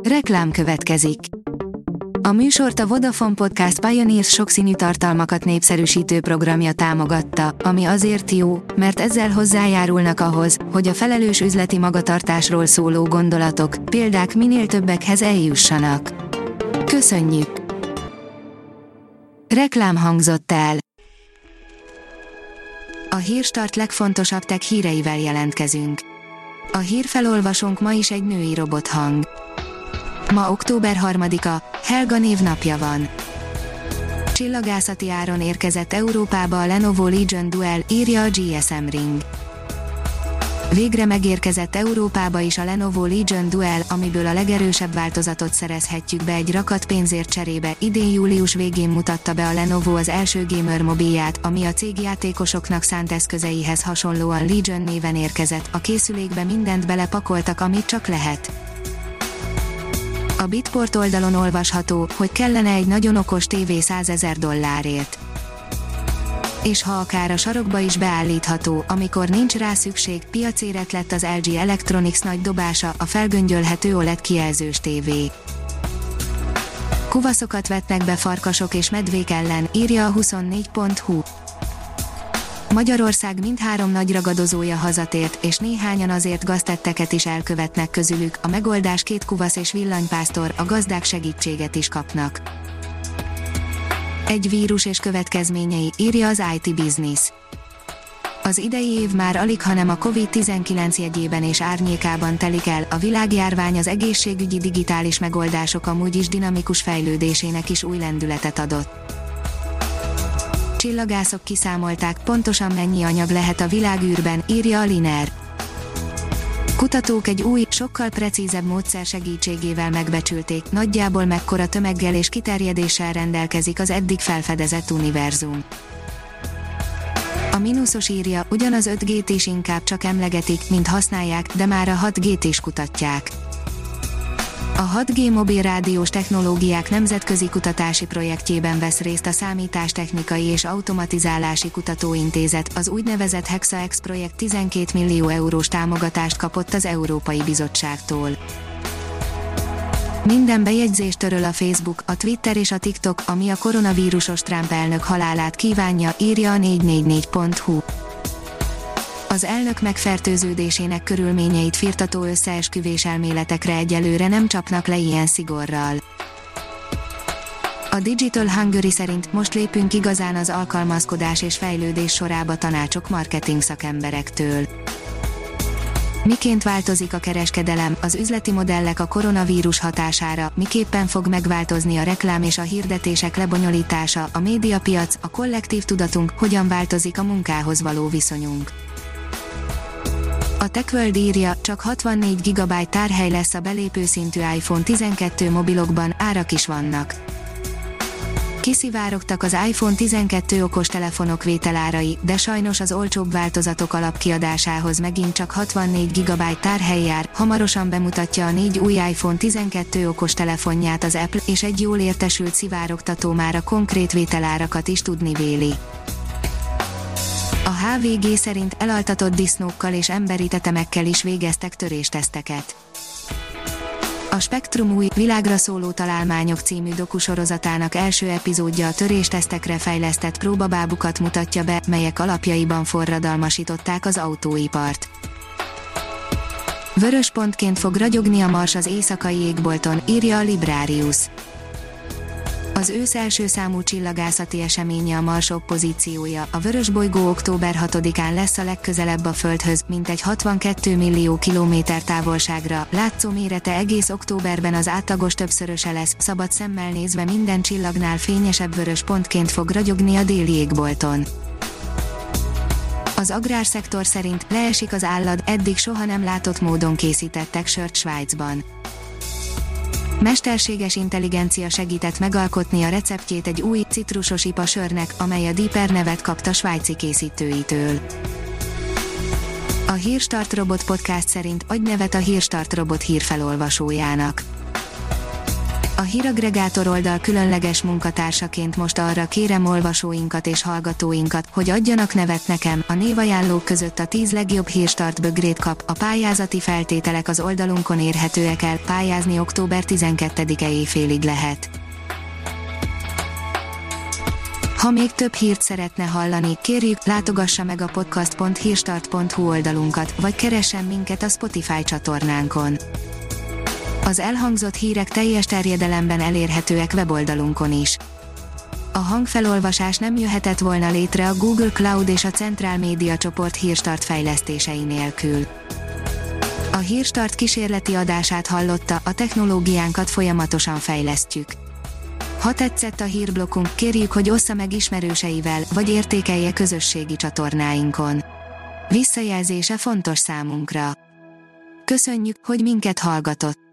Reklám következik. A műsort a Vodafone Podcast Pioneers sokszínű tartalmakat népszerűsítő programja támogatta, ami azért jó, mert ezzel hozzájárulnak ahhoz, hogy a felelős üzleti magatartásról szóló gondolatok, példák minél többekhez eljussanak. Köszönjük! Reklám hangzott el. A Hírstart legfontosabb tech híreivel jelentkezünk. A hírfelolvasónk ma is egy női robothang. Ma október 3-a, Helga névnapja van. Csillagászati áron érkezett Európába a Lenovo Legion Duel, írja a GSM Ring. Végre megérkezett Európába is a Lenovo Legion Duel, amiből a legerősebb változatot szerezhetjük be egy rakat pénzért cserébe. Idén július végén mutatta be a Lenovo az első gamer mobilját, ami a cég játékosoknak szánt eszközeihez hasonlóan Legion néven érkezett. A készülékbe mindent belepakoltak, amit csak lehet. A Bitport oldalon olvasható, hogy kellene egy nagyon okos tévé $100,000. És ha akár a sarokba is beállítható, amikor nincs rá szükség, piacérett lett az LG Electronics nagy dobása, a felgöngyölhető OLED kijelzős tévé. Kuvaszokat vetnek be farkasok és medvék ellen, írja a 24.hu. Magyarország mindhárom nagy ragadozója hazatért, és néhányan azért gaztetteket is elkövetnek közülük, a megoldás 2 kuvasz és villanypásztor, a gazdák segítséget is kapnak. Egy vírus és következményei, írja az IT Business. Az idei év már alighanem a COVID-19 jegyében és árnyékában telik el, a világjárvány az egészségügyi digitális megoldások amúgy is dinamikus fejlődésének is új lendületet adott. Csillagászok kiszámolták, pontosan mennyi anyag lehet a világűrben, írja a Liner. Kutatók egy új, sokkal precízebb módszer segítségével megbecsülték, nagyjából mekkora tömeggel és kiterjedéssel rendelkezik az eddig felfedezett univerzum. A mínuszos írja, ugyanaz 5G-t is inkább csak emlegetik, mint használják, de már a 6G-t is kutatják. A 6G mobil rádiós technológiák nemzetközi kutatási projektjében vesz részt a Számítástechnikai és Automatizálási Kutatóintézet, az úgynevezett HexaX projekt 12 millió eurós támogatást kapott az Európai Bizottságtól. Minden bejegyzést töröl a Facebook, a Twitter és a TikTok, ami a koronavírusos Trump elnök halálát kívánja, írja a 444.hu. Az elnök megfertőződésének körülményeit firtató összeesküvés elméletekre egyelőre nem csapnak le ilyen szigorral. A Digital Hungary szerint most lépünk igazán az alkalmazkodás és fejlődés sorába tanácsok marketing szakemberektől. Miként változik a kereskedelem, az üzleti modellek a koronavírus hatására, miképpen fog megváltozni a reklám és a hirdetések lebonyolítása, a médiapiac, a kollektív tudatunk, hogyan változik a munkához való viszonyunk. A TechWorld írja, csak 64 GB tárhely lesz a belépőszintű iPhone 12 mobilokban, árak is vannak. Kiszivárogtak az iPhone 12 okostelefonok vételárai, de sajnos az olcsóbb változatok alapkiadásához megint csak 64 GB tárhely jár, hamarosan bemutatja a 4 új iPhone 12 okostelefonját az Apple, és egy jól értesült szivárogtató már a konkrét vételárakat is tudni véli. A HVG szerint elaltatott disznókkal és emberi tetemekkel is végeztek törésteszteket. A Spektrum új, világra szóló találmányok című dokusorozatának első epizódja a töréstesztekre fejlesztett próbabábukat mutatja be, melyek alapjaiban forradalmasították az autóipart. Vörös pontként fog ragyogni a Mars az éjszakai égbolton, írja a Librarius. Az ősz első számú csillagászati eseménye a Mars oppozíciója, a vörösbolygó október 6-án lesz a legközelebb a Földhöz, mintegy 62 millió kilométer távolságra, látszó mérete egész októberben az átlagos többszöröse lesz, szabad szemmel nézve minden csillagnál fényesebb vörös pontként fog ragyogni a déli égbolton. Az agrárszektor szerint leesik az állad, eddig soha nem látott módon készítettek sört Svájcban. Mesterséges intelligencia segített megalkotni a receptjét egy új, citrusos IPA sörnek, amely a Deeper nevet kapta svájci készítőitől. A Hírstart Robot Podcast szerint adj nevet a Hírstart Robot hírfelolvasójának. A híragregátor oldal különleges munkatársaként most arra kérem olvasóinkat és hallgatóinkat, hogy adjanak nevet nekem, a névajánlók között a 10 legjobb Hírstart bögrét kap, a pályázati feltételek az oldalunkon érhetőek el, pályázni október 12-e éjfélig lehet. Ha még több hírt szeretne hallani, kérjük, látogassa meg a podcast.hírstart.hu oldalunkat, vagy keressen minket a Spotify csatornánkon. Az elhangzott hírek teljes terjedelemben elérhetőek weboldalunkon is. A hangfelolvasás nem jöhetett volna létre a Google Cloud és a Central Media csoport Hírstart fejlesztései nélkül. A Hírstart kísérleti adását hallotta, a technológiánkat folyamatosan fejlesztjük. Ha tetszett a hírblokkunk, kérjük, hogy ossza meg ismerőseivel, vagy értékelje közösségi csatornáinkon. Visszajelzése fontos számunkra. Köszönjük, hogy minket hallgatott!